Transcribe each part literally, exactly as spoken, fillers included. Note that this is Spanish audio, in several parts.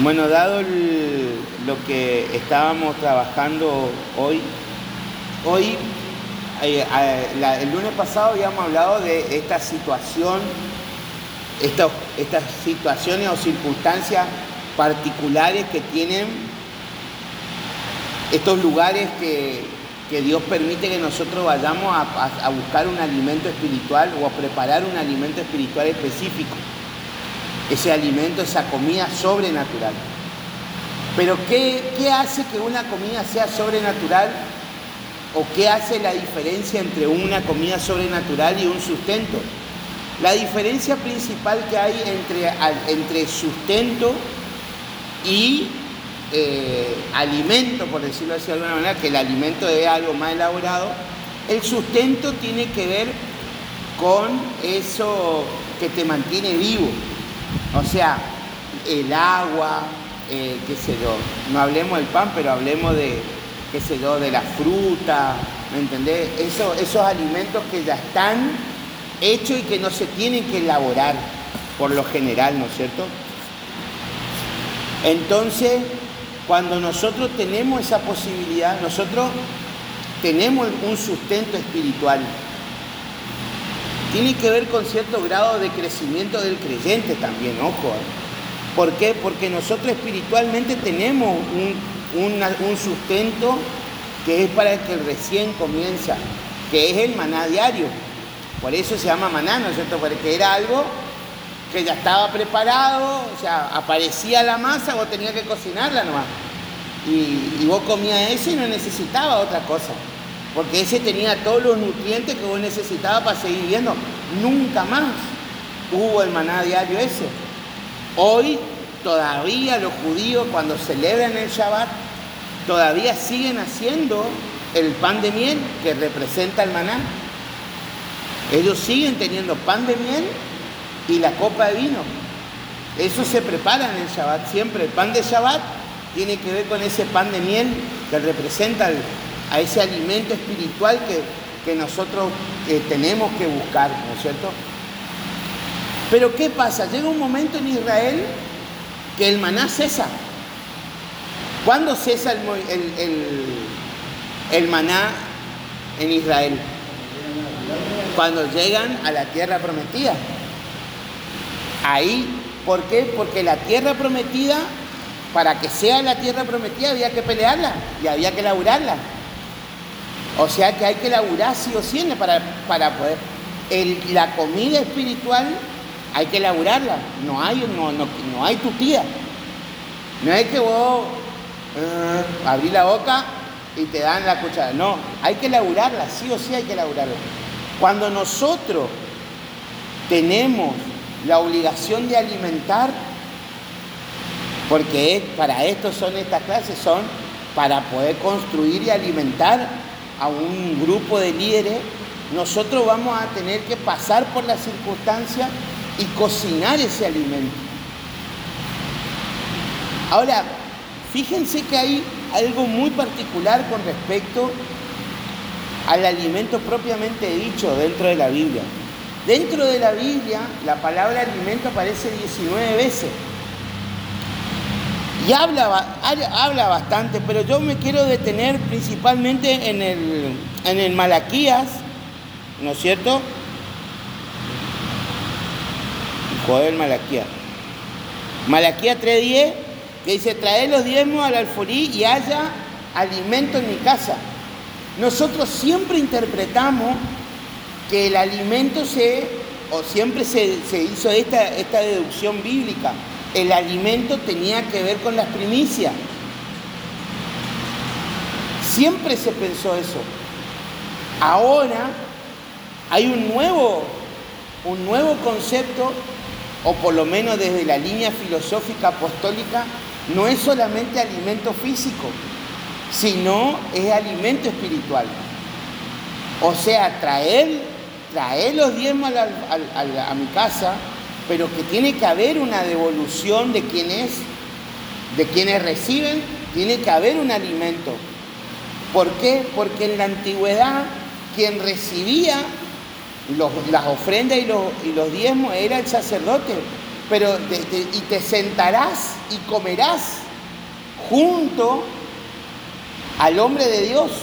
Bueno, dado el, lo que estábamos trabajando hoy, hoy eh, eh, la, el lunes pasado habíamos hablado de esta situación, esta, estas situaciones o circunstancias particulares que tienen estos lugares que, que Dios permite que nosotros vayamos a, a, a buscar un alimento espiritual o a preparar un alimento espiritual específico. Ese alimento, esa comida sobrenatural. Pero ¿qué, qué hace que una comida sea sobrenatural? ¿O qué hace la diferencia entre una comida sobrenatural y un sustento? La diferencia principal que hay entre, entre sustento y eh, alimento, por decirlo así de alguna manera, que el alimento es algo más elaborado, el sustento tiene que ver con eso que te mantiene vivo. O sea, el agua, eh, qué sé yo, no hablemos del pan, pero hablemos de, qué sé yo, de la fruta, ¿me entendés? Eso, esos alimentos que ya están hechos y que no se tienen que elaborar, por lo general, ¿no es cierto? Entonces, cuando nosotros tenemos esa posibilidad, nosotros tenemos un sustento espiritual. Tiene que ver con cierto grado de crecimiento del creyente también, ojo. ¿Por qué? Porque nosotros espiritualmente tenemos un, una, un sustento que es para el que recién comienza, que es el maná diario. Por eso se llama maná, ¿no es cierto? Porque era algo que ya estaba preparado, o sea, aparecía la masa, vos tenías que cocinarla nomás. Y, y vos comías eso y no necesitabas otra cosa. Porque ese tenía todos los nutrientes que vos necesitabas para seguir viviendo. Nunca más hubo el maná diario ese. Hoy todavía los judíos, cuando celebran el Shabbat, todavía siguen haciendo el pan de miel que representa el maná. Ellos siguen teniendo pan de miel y la copa de vino. Eso se prepara en el Shabbat siempre. El pan de Shabbat tiene que ver con ese pan de miel que representa el a ese alimento espiritual que, que nosotros eh, tenemos que buscar, ¿no es cierto? Pero ¿qué pasa? Llega un momento en Israel que el maná cesa. ¿Cuándo cesa el, el, el, el maná en Israel? Cuando llegan a la tierra prometida. Ahí, ¿por qué? Porque la tierra prometida, para que sea la tierra prometida, había que pelearla y había que laburarla. O sea que hay que laburar sí o sí para, para poder. El, la comida espiritual hay que laburarla. No hay, no, no, no hay tutía. No es que vos uh, abrís la boca y te dan la cuchara. No, hay que laburarla, sí o sí hay que laburarla. Cuando nosotros tenemos la obligación de alimentar, porque es, para esto son estas clases, son para poder construir y alimentar a un grupo de líderes, nosotros vamos a tener que pasar por las circunstancias y cocinar ese alimento. Ahora, fíjense que hay algo muy particular con respecto al alimento propiamente dicho dentro de la Biblia. Dentro de la Biblia, la palabra alimento aparece diecinueve veces. Y habla, habla bastante, pero yo me quiero detener principalmente en el, en el Malaquías, ¿no es cierto? Joder, Malaquías. Malaquías tres diez, que dice, traed los diezmos al alfolí y haya alimento en mi casa. Nosotros siempre interpretamos que el alimento se, o siempre se, se hizo esta, esta deducción bíblica. El alimento tenía que ver con las primicias. Siempre se pensó eso. Ahora hay un nuevo, un nuevo concepto, o por lo menos desde la línea filosófica apostólica, no es solamente alimento físico, sino es alimento espiritual. O sea, traer, traer los diezmos a, la, a, a, a mi casa, pero que tiene que haber una devolución de quienes, de quienes reciben, tiene que haber un alimento. ¿Por qué? Porque en la antigüedad quien recibía los, las ofrendas y los, y los diezmos era el sacerdote, pero de, de, y te sentarás y comerás junto al hombre de Dios.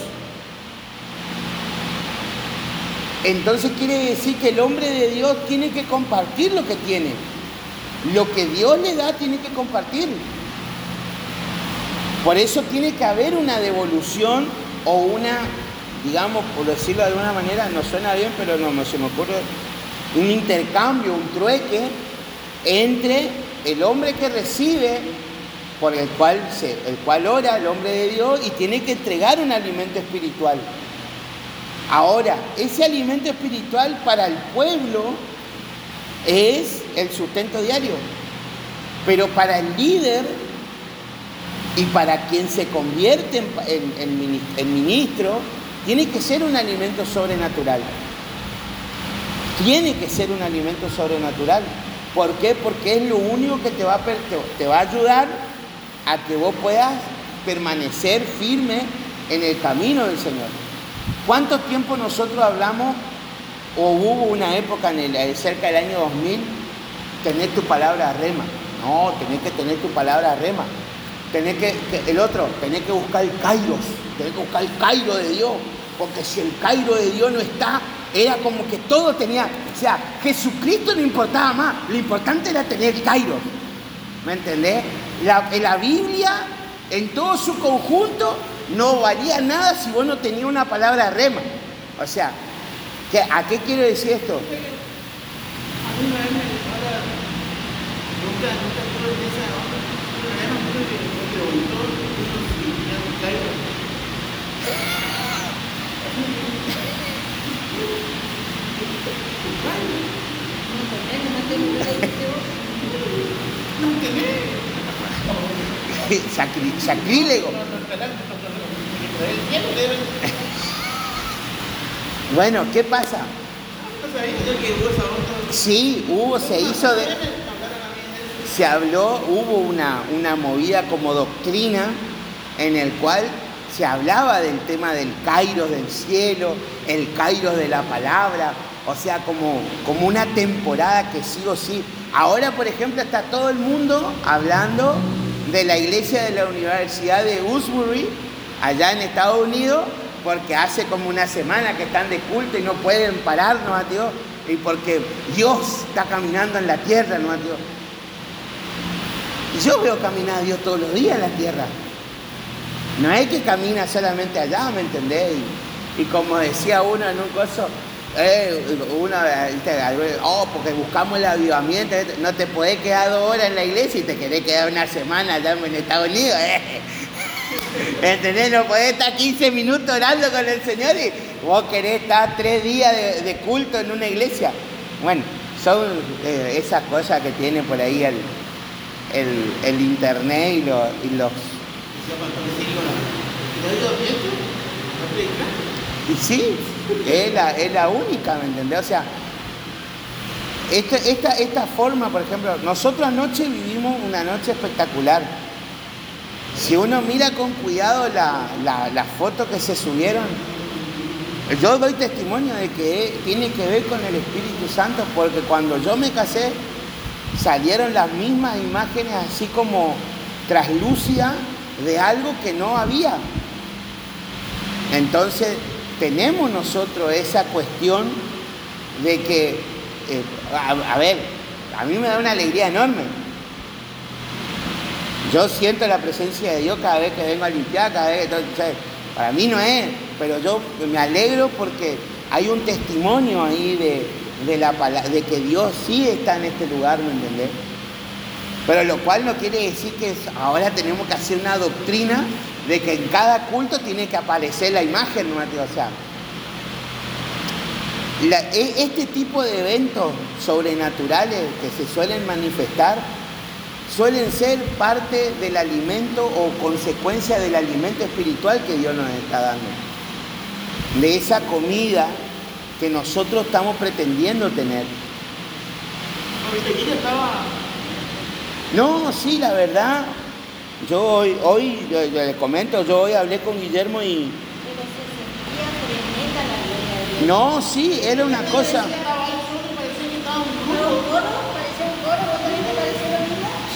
Entonces quiere decir que el hombre de Dios tiene que compartir lo que tiene. Lo que Dios le da tiene que compartir. Por eso tiene que haber una devolución o una, digamos, por decirlo de alguna manera, no suena bien, pero no, no se me ocurre, un intercambio, un trueque entre el hombre que recibe, por el cual, se, el cual ora, el hombre de Dios, y tiene que entregar un alimento espiritual. Ahora, ese alimento espiritual para el pueblo es el sustento diario, pero para el líder y para quien se convierte en, en, en ministro, tiene que ser un alimento sobrenatural. Tiene que ser un alimento sobrenatural. ¿Por qué? Porque es lo único que te va a, te, te va a ayudar a que vos puedas permanecer firme en el camino del Señor. ¿Cuánto tiempo nosotros hablamos o hubo una época en el, cerca del año dos mil, tener tu palabra rema? No, tenés que tener tu palabra rema. Tenés que, que, el otro, tenés que buscar el kairos, tenés que buscar el kairo de Dios, porque si el kairo de Dios no está, era como que todo tenía, o sea, Jesucristo no importaba más, lo importante era tener el kairos, ¿me entendés? La, en la Biblia, en todo su conjunto, no valía nada si vos no tenías una palabra rema. O sea, ¿qué, ¿a qué quiero decir esto? A mí una vez me ahora, nunca, nunca estuve en esa onda, una vez me acuerdo que me preguntó, si ya no caigo. No entendés. Sacri, sacrílego. Bueno, ¿qué pasa? Sí, hubo, se hizo de... Se habló, hubo una, una movida como doctrina en el cual se hablaba del tema del kairos del cielo, el kairos de la palabra, o sea, como, como una temporada que sí o sí. Ahora, por ejemplo, está todo el mundo hablando de la iglesia de la Universidad de Shrewsbury, allá en Estados Unidos, porque hace como una semana que están de culto y no pueden parar, ¿no, Dios? Y porque Dios está caminando en la tierra, ¿no, Dios? Y yo veo caminar a Dios todos los días en la tierra. No es que camina solamente allá, ¿me entendés? Y, y como decía uno en un coso, eh, uno, oh, porque buscamos el avivamiento, no te podés quedar dos horas en la iglesia y te querés quedar una semana allá en Estados Unidos, ¿eh? ¿Entendés? No podés estar quince minutos orando con el Señor y vos querés estar tres días de, de culto en una iglesia. Bueno, son eh, esas cosas que tiene por ahí el, el, el internet y, lo, y los... Y sí, es la, es la única, ¿me entendés? O sea, esta, esta, esta forma, por ejemplo, nosotros anoche vivimos una noche espectacular. Si uno mira con cuidado las la, la fotos que se subieron, yo doy testimonio de que tiene que ver con el Espíritu Santo, porque cuando yo me casé salieron las mismas imágenes así como traslúcidas de algo que no había. Entonces tenemos nosotros esa cuestión de que, eh, a, a ver, a mí me da una alegría enorme. Yo siento la presencia de Dios cada vez que vengo a limpiar, cada vez que... O sea, para mí no es, pero yo me alegro porque hay un testimonio ahí de, de, la, de que Dios sí está en este lugar, ¿me entendés? Pero lo cual no quiere decir que ahora tenemos que hacer una doctrina de que en cada culto tiene que aparecer la imagen, ¿no? O sea, la, este tipo de eventos sobrenaturales que se suelen manifestar suelen ser parte del alimento o consecuencia del alimento espiritual que Dios nos está dando. De esa comida que nosotros estamos pretendiendo tener. No, sí, la verdad, yo hoy, hoy yo, yo les comento, yo hoy hablé con Guillermo y... No, sí, era una cosa...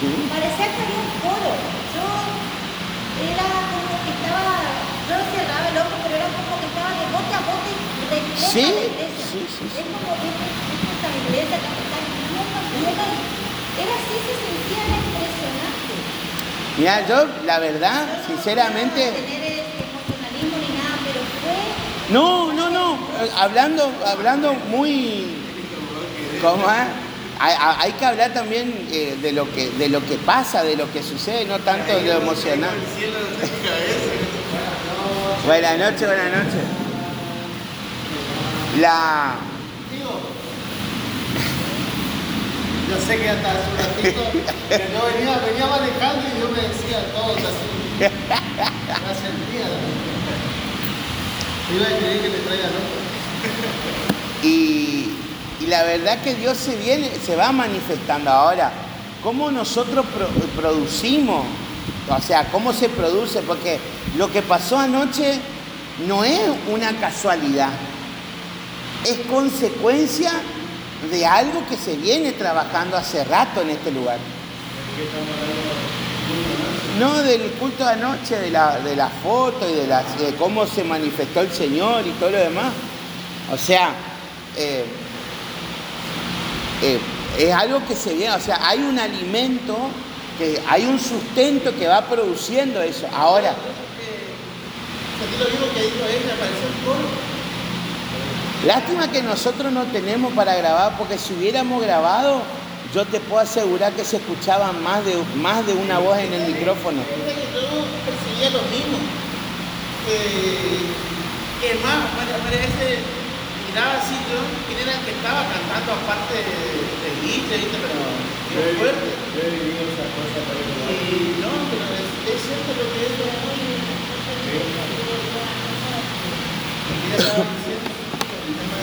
Sí. Parecía que había un coro. Yo era como que estaba, yo cerraba el ojo, pero era como que estaba de bote a bote de iglesia Sí, a iglesia. sí, sí, sí. Es como que esta iglesia que está era así, se sentía, era impresionante. Mira, yo la verdad, Yo no sinceramente... quiero tener este emocionalismo ni nada, pero fue... No, no, no, eh, hablando, hablando muy... ¿Cómo es? Hay, hay que hablar también eh, de, lo que, de lo que pasa, de lo que sucede, no tanto de lo emocional. Buenas noches, buenas noches. La... Yo sé que hasta hace un ratito que yo venía, venía manejando y yo me decía todo así. Me sentía. Iba a creer que le traiga loco. Y, y la verdad que Dios se viene, se va manifestando ahora. ¿Cómo nosotros pro, producimos? O sea, ¿cómo se produce? Porque lo que pasó anoche no es una casualidad. Es consecuencia de algo que se viene trabajando hace rato en este lugar. No, del culto de anoche, de la, de la foto y de, la, de cómo se manifestó el Señor y todo lo demás. O sea, eh, eh, es algo que se viene, o sea, hay un alimento, que hay un sustento que va produciendo eso. Ahora, Aquí lo mismo que dijo él, me apareció el coro. lástima que nosotros no tenemos para grabar, porque si hubiéramos grabado, yo te puedo asegurar que se escuchaba más de, más de una voz en el micrófono. Yo percibía lo mismo. Eh, es más, parece, miraba así yo, quién era el que estaba cantando aparte de, de Guille, ¿viste? Pero pero fuerte. Yo he vivido esa cosa también. Y no, pero es, es cierto lo que es lo muy... Mira, estaba diciendo el tema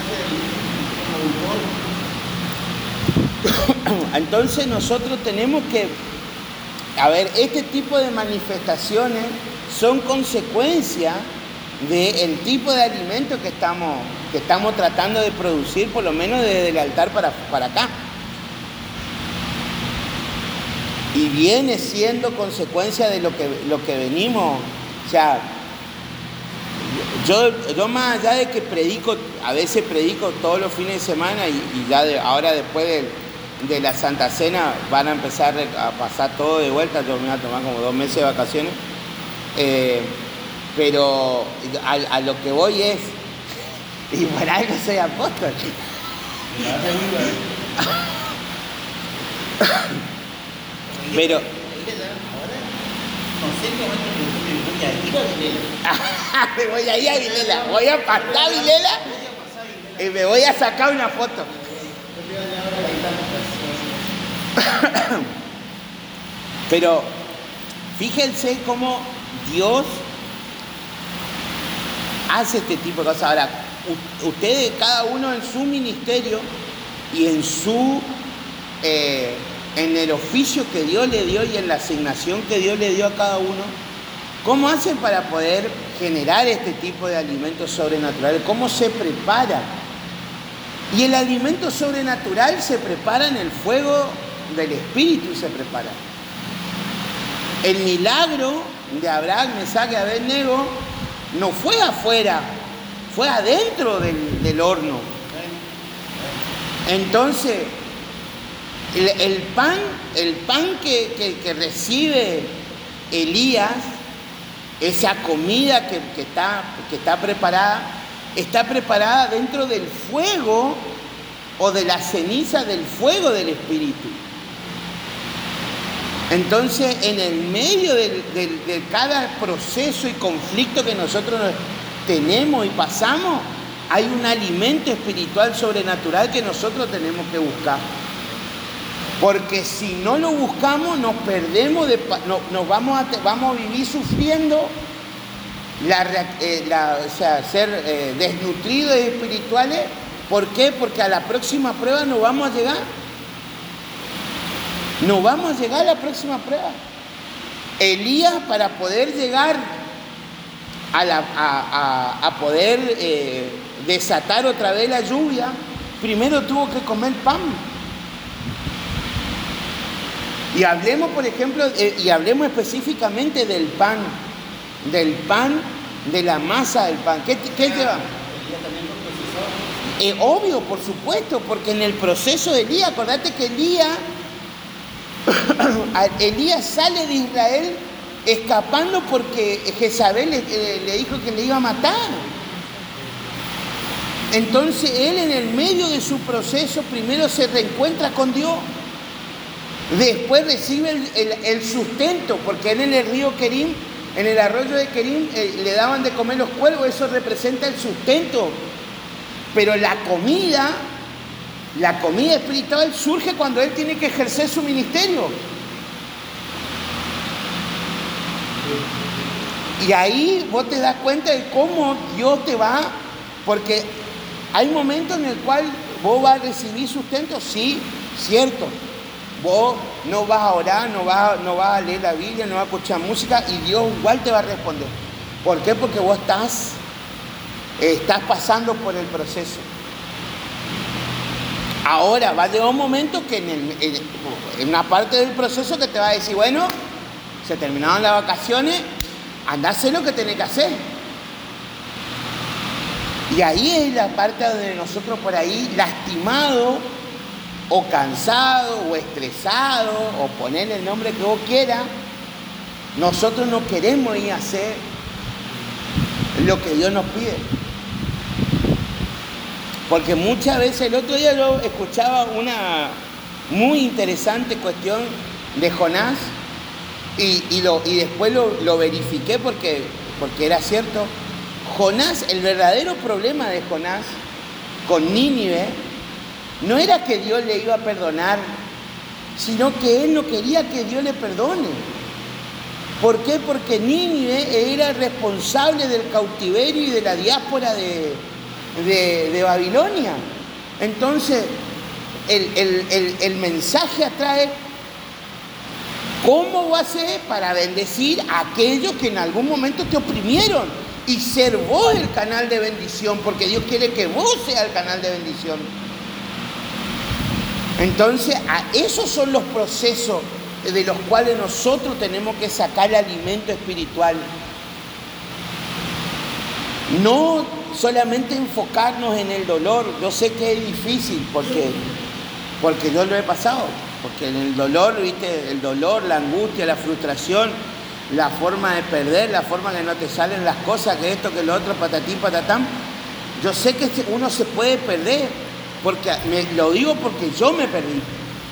del humor. Entonces nosotros tenemos que, a ver, este tipo de manifestaciones son consecuencia del tipo de alimento que estamos, que estamos tratando de producir, por lo menos desde el altar para, para acá. Y viene siendo consecuencia de lo que, lo que venimos, o sea, yo, yo más allá de que predico, a veces predico todos los fines de semana y, y ya de, ahora después de, de la Santa Cena van a empezar a pasar todo de vuelta, yo me voy a tomar como dos meses de vacaciones, eh, pero a, a lo que voy es, y por algo soy apóstol. Pero... Ahora, no sé en qué momento me voy a ir a Vilela. me voy a ir a Vilela, voy a pasar a Vilela y me voy a sacar una foto. Pero fíjense cómo Dios hace este tipo de cosas. Ahora, ustedes, cada uno en su ministerio y en su... Eh, en el oficio que Dios le dio y en la asignación que Dios le dio a cada uno, ¿cómo hacen para poder generar este tipo de alimentos sobrenaturales? ¿Cómo se prepara? Y el alimento sobrenatural se prepara en el fuego del Espíritu, se prepara. El milagro de Abraham, Mesac y Abednego no fue afuera, fue adentro del, del horno. Entonces, El, el pan, el pan que, que, que recibe Elías, esa comida que, que, está, que está preparada, está preparada dentro del fuego o de la ceniza del fuego del Espíritu. Entonces, en el medio de, de, de cada proceso y conflicto que nosotros tenemos y pasamos, hay un alimento espiritual sobrenatural que nosotros tenemos que buscar. Porque si no lo buscamos, nos perdemos, de, no, nos vamos a, vamos a vivir sufriendo, la, eh, la, o sea, ser eh, desnutridos espirituales. ¿Por qué? Porque a la próxima prueba no vamos a llegar. No vamos a llegar a la próxima prueba. Elías, para poder llegar a, la, a, a, a poder eh, desatar otra vez la lluvia, primero tuvo que comer pan. Y hablemos, por ejemplo, eh, y hablemos específicamente del pan, del pan, de la masa del pan. ¿Qué, qué lleva? Eh, obvio, por supuesto, porque en el proceso de Elías, acordate que Elías, Elías sale de Israel escapando porque Jezabel le, le dijo que le iba a matar. Entonces él, en el medio de su proceso, primero se reencuentra con Dios, después recibe el, el, el sustento, porque él en el río Kerim, en el arroyo de Kerim, eh, le daban de comer los cuervos, eso representa el sustento. Pero la comida, la comida espiritual surge cuando él tiene que ejercer su ministerio. Y ahí vos te das cuenta de cómo Dios te va, porque hay momentos en el cual vos vas a recibir sustento, sí, cierto. Vos no vas a orar, no vas, no vas a leer la Biblia, no vas a escuchar música y Dios igual te va a responder. ¿Por qué? Porque vos estás, estás pasando por el proceso. Ahora va a llegar un momento que en, el, en, en una parte del proceso que te va a decir, bueno, se terminaron las vacaciones, andá a hacer lo que tenés que hacer. Y ahí es la parte donde nosotros por ahí, lastimado, o cansado, o estresado, o poner el nombre que vos quieras, nosotros no queremos ir a hacer lo que Dios nos pide. Porque muchas veces, el otro día yo escuchaba una muy interesante cuestión de Jonás, y, y, lo, y después lo, lo verifiqué porque, porque era cierto. Jonás, el verdadero problema de Jonás con Nínive, no era que Dios le iba a perdonar, sino que él no quería que Dios le perdone. ¿Por qué? Porque Nínive era responsable del cautiverio y de la diáspora de, de, de Babilonia. Entonces, el, el, el, el mensaje atrae, ¿cómo va a ser para bendecir a aquellos que en algún momento te oprimieron? Y ser vos el canal de bendición, porque Dios quiere que vos seas el canal de bendición. Entonces, a esos son los procesos de los cuales nosotros tenemos que sacar el alimento espiritual. No solamente enfocarnos en el dolor. Yo sé que es difícil porque, porque yo lo he pasado. Porque en el dolor, viste, el dolor, la angustia, la frustración, la forma de perder, la forma que no te salen las cosas, que esto, que lo otro, patatín, patatán. Yo sé que uno se puede perder, porque me, lo digo porque yo me perdí.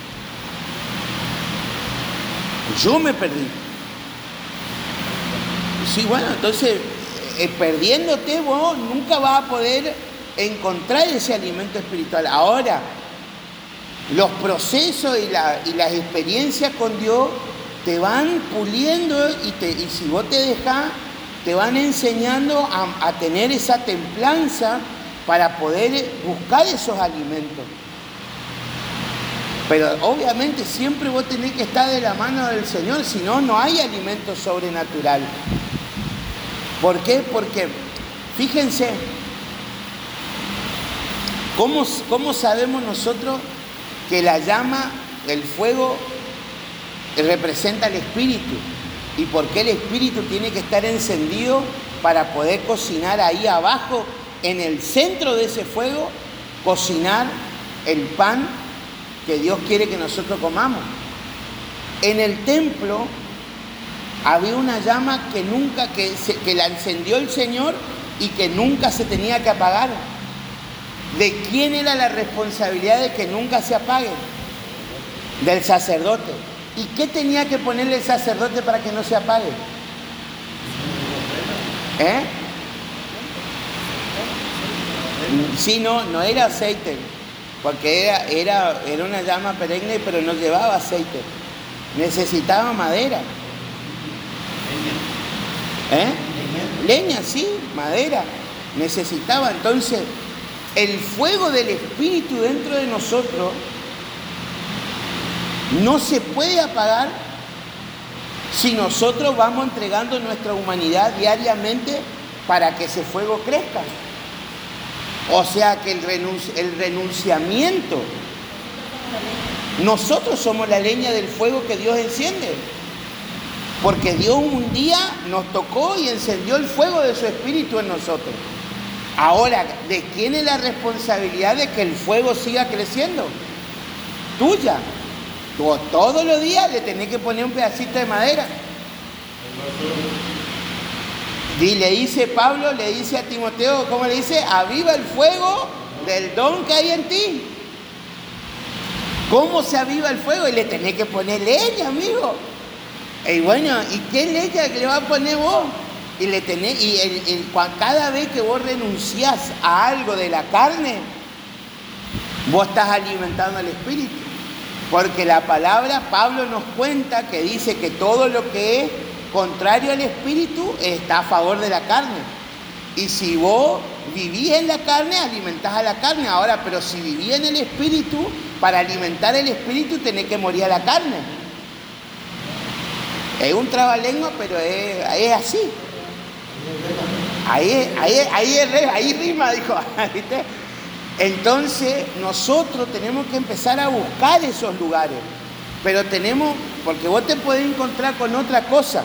Yo me perdí. Sí, bueno, entonces, eh, perdiéndote vos nunca vas a poder encontrar ese alimento espiritual. Ahora, los procesos y, la, y las experiencias con Dios te van puliendo y, te, y si vos te dejás, te van enseñando a, a tener esa templanza para poder buscar esos alimentos. Pero obviamente siempre vos tenés que estar de la mano del Señor, si no, no hay alimento sobrenatural. ¿Por qué? Porque, fíjense, ¿cómo, cómo sabemos nosotros que la llama, el fuego, representa el espíritu? ¿Y por qué el espíritu tiene que estar encendido para poder cocinar ahí abajo, en el centro de ese fuego, cocinar el pan que Dios quiere que nosotros comamos? En el templo había una llama que nunca, que, se, que la encendió el Señor y que nunca se tenía que apagar. ¿De quién era la responsabilidad de que nunca se apague? Del sacerdote. ¿Y qué tenía que ponerle el sacerdote para que no se apague? ¿Eh? Sí, no, no era aceite, porque era, era, era una llama perenne, pero no llevaba aceite. Necesitaba madera. ¿Eh? Leña, sí, madera. Necesitaba. Entonces, el fuego del Espíritu dentro de nosotros no se puede apagar si nosotros vamos entregando nuestra humanidad diariamente para que ese fuego crezca. O sea que el, renunci- el renunciamiento Nosotros somos la leña del fuego que Dios enciende. Porque Dios un día nos tocó y encendió el fuego de su espíritu en nosotros. Ahora, ¿de quién es la responsabilidad de que el fuego siga creciendo? Tuya. Tú todos los días le tenés que poner un pedacito de madera. Y le dice Pablo, le dice a Timoteo, ¿cómo le dice? Aviva el fuego del don que hay en ti. ¿Cómo se aviva el fuego? Y le tenés que poner leña, amigo. Y bueno, ¿y qué leña que le va a poner vos? Y le tenés, y el, el, cada vez que vos renunciás a algo de la carne, vos estás alimentando al espíritu. Porque la palabra, Pablo nos cuenta que dice que todo lo que es contrario al espíritu está a favor de la carne. Y si vos vivís en la carne, alimentás a la carne. Ahora, pero si vivís en el espíritu, para alimentar el espíritu tenés que morir a la carne. Es un trabalengua, pero es, es así. Ahí, ahí, ahí, ahí, ahí rima, dijo. ¿Viste? Entonces nosotros tenemos que empezar a buscar esos lugares. Pero tenemos, porque vos te podés encontrar con otra cosa.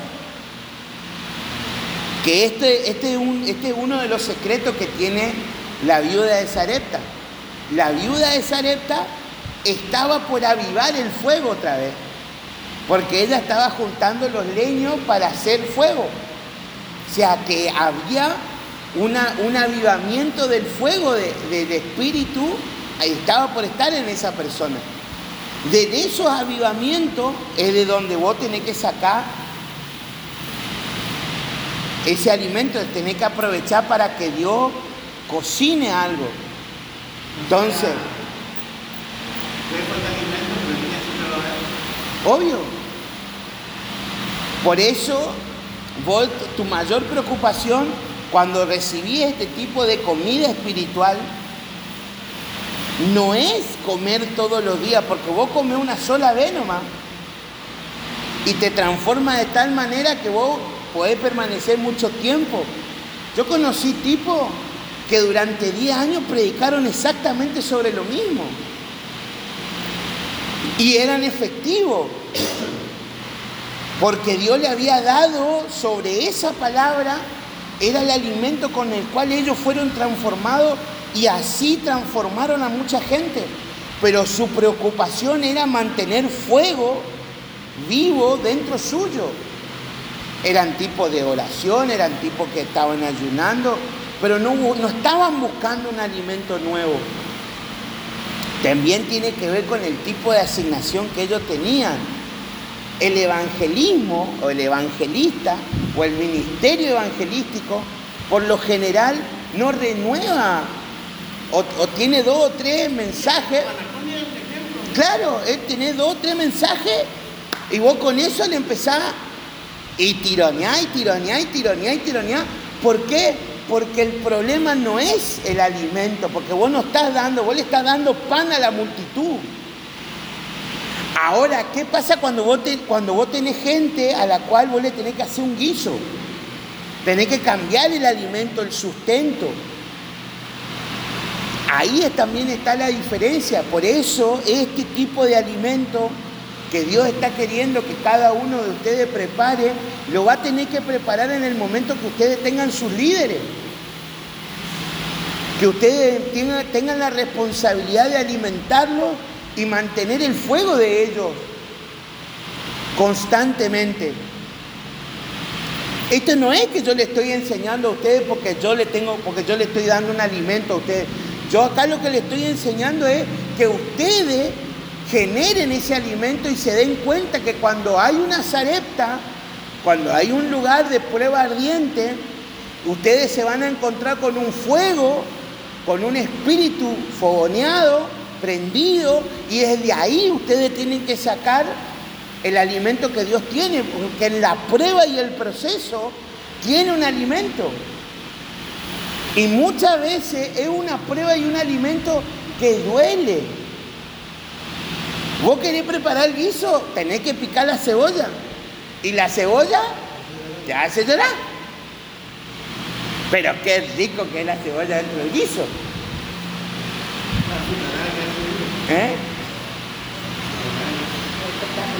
Que este, este, es un, este es uno de los secretos que tiene la viuda de Sarepta. La viuda de Sarepta estaba por avivar el fuego otra vez. Porque ella estaba juntando los leños para hacer fuego. O sea que había una, un avivamiento del fuego de, de, de espíritu, estaba por estar en esa persona. De esos avivamientos es de donde vos tenés que sacar ese alimento, tenés que aprovechar para que Dios cocine algo. Entonces, obvio. Por eso, vos, tu mayor preocupación cuando recibís este tipo de comida espiritual no es comer todos los días, porque vos comés una sola vez nomás y te transforma de tal manera que vos podés permanecer mucho tiempo. Yo conocí tipos que durante diez años predicaron exactamente sobre lo mismo y eran efectivos, porque Dios le había dado sobre esa palabra, era el alimento con el cual ellos fueron transformados y así transformaron a mucha gente. Pero su preocupación era mantener fuego vivo dentro suyo. Eran tipos de oración, eran tipos que estaban ayunando, pero no, no estaban buscando un alimento nuevo. También tiene que ver con el tipo de asignación que ellos tenían. El evangelismo o el evangelista o el ministerio evangelístico por lo general no renueva o, o tiene dos o tres mensajes. Claro, él tiene dos o tres mensajes y vos con eso le empezás y tironear y tironear y tironear y tironear. ¿Por qué? Porque el problema no es el alimento, porque vos no estás dando, vos le estás dando pan a la multitud. Ahora, ¿qué pasa cuando vos, te, cuando vos tenés gente a la cual vos le tenés que hacer un guiso? Tenés que cambiar el alimento, el sustento. Ahí es, también está la diferencia. Por eso este tipo de alimento que Dios está queriendo que cada uno de ustedes prepare, lo va a tener que preparar en el momento que ustedes tengan sus líderes. Que ustedes tengan, tengan la responsabilidad de alimentarlos y mantener el fuego de ellos constantemente. Esto no es que yo le estoy enseñando a ustedes porque yo le tengo, porque yo le estoy dando un alimento a ustedes. Yo acá lo que le estoy enseñando es que ustedes generen ese alimento y se den cuenta que cuando hay una Sarepta, cuando hay un lugar de prueba ardiente, ustedes se van a encontrar con un fuego, con un espíritu fogoneado, prendido, y desde ahí ustedes tienen que sacar el alimento que Dios tiene, porque en la prueba y el proceso tiene un alimento. Y muchas veces es una prueba y un alimento que duele. Vos querés preparar el guiso, tenés que picar la cebolla. Y la cebolla te hace llorar. Pero qué rico que es la cebolla dentro del guiso. ¿Eh?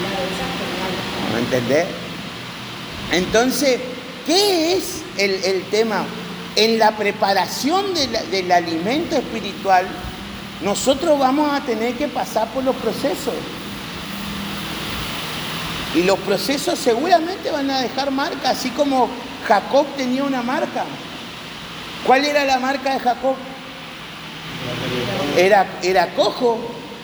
Claro, exacto, ¿Me entendés? Entonces, ¿qué es el, el tema? En la preparación de la- del alimento espiritual, nosotros vamos a tener que pasar por los procesos. Y los procesos seguramente van a dejar marca, así como Jacob tenía una marca. ¿Cuál era la marca de Jacob? Era, era cojo.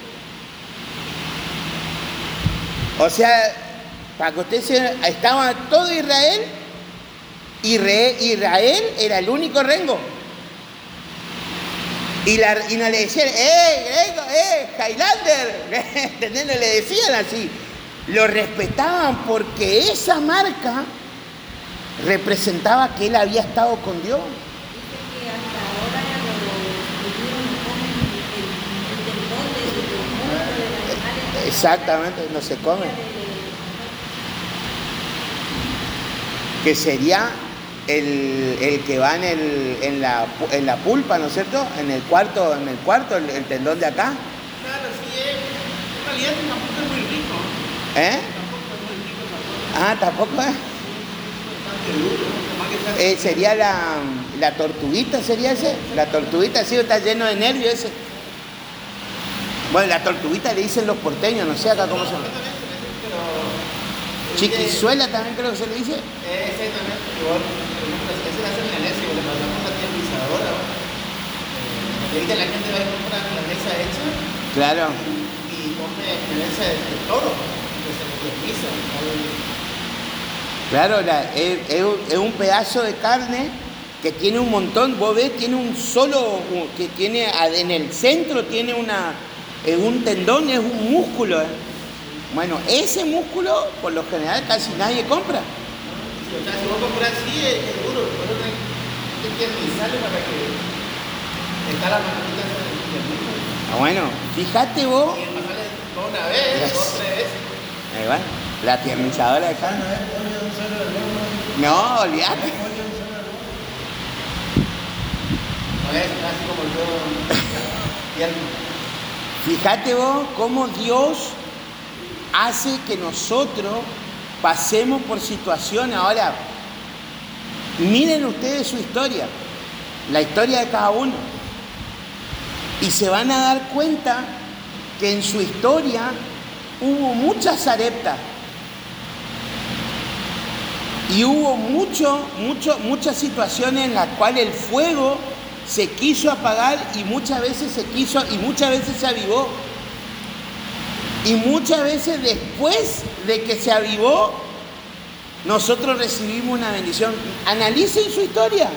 O sea, para que ustedes sepan, estaba todo Israel, y re- Israel era el único rengo. Y, la, y no le decían, ¡eh, Grego, eh, Highlander! ¿Entendés? No le decían así. Lo respetaban porque esa marca representaba que él había estado con Dios. Dice que hasta ahora los judíos no comen el, el tendón de los muslos de los animales. Exactamente, no se come. Que sería el, el que va en, el, en, la, en la pulpa, ¿no es cierto? En el cuarto, en el cuarto, el, el tendón de acá. Claro, sí, es. En realidad tampoco es muy rico. ¿Eh? Tampoco es muy rico tampoco. Ah, tampoco es. Bastante duro, ¿no? Más que está- Eh, sería la, la tortuguita, ¿sería ese? La tortuguita, sí, está lleno de nervios ese. Bueno, la tortuguita le dicen los porteños, no sé acá cómo se llama. Pero. Chiquizuela también creo que se le dice. Eh, Exactamente, igual, por ejemplo, ese hace milanesa, igual le pasamos la tiernizadora. Eh, ahorita la gente va y compra milanesa hecha Claro. y come milanesa de, de toro, que se le tierniza. Claro, la- es, es un- es un pedazo de carne que tiene un montón, vos ves, tiene un solo, un- que tiene ad- en el centro tiene una, eh, un tendón, es un músculo. ¿eh? Bueno, ese músculo por lo general casi nadie compra. Si, o sea, si vos compras así, es, es duro, por eso tenés que tiernizarle para que está la manita esa de tierniza. Ah, bueno, fíjate vos, Y el pasarle una vez, Yes. dos, tres veces. eh, bueno, la tiernizadora de carne. No, olvídate. No es así como yo tierno. Fíjate vos cómo Dios hace que nosotros pasemos por situaciones. Ahora, miren ustedes su historia, la historia de cada uno, y se van a dar cuenta que en su historia hubo muchas zareptas y hubo mucho, mucho, muchas situaciones en las cuales el fuego se quiso apagar y muchas veces se quiso y muchas veces se avivó. Y muchas veces después de que se avivó, nosotros recibimos una bendición. Analicen su historia.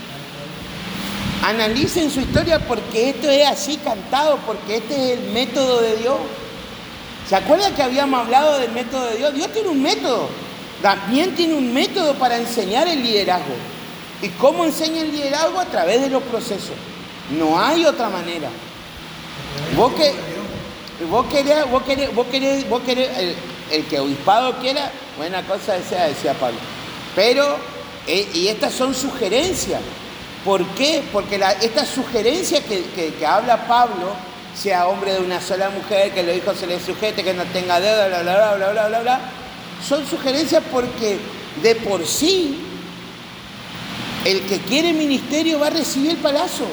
Analicen su historia porque esto es así cantado, porque este es el método de Dios. ¿Se acuerdan que habíamos hablado del método de Dios? Dios tiene un método. También tiene un método para enseñar el liderazgo. ¿Y cómo enseña el liderazgo? A través de los procesos. No hay otra manera. Vos que... Vos querés, vos querés, vos querés, vos querés el, el que obispado quiera, buena cosa desea, decía Pablo. Pero, eh, y estas son sugerencias. ¿Por qué? Porque la, estas sugerencias que, que, que habla Pablo, sea hombre de una sola mujer, que los hijos se les sujete, que no tenga deuda, bla, bla, bla, bla, bla, bla, bla, son sugerencias porque de por sí el que quiere ministerio va a recibir el palazo.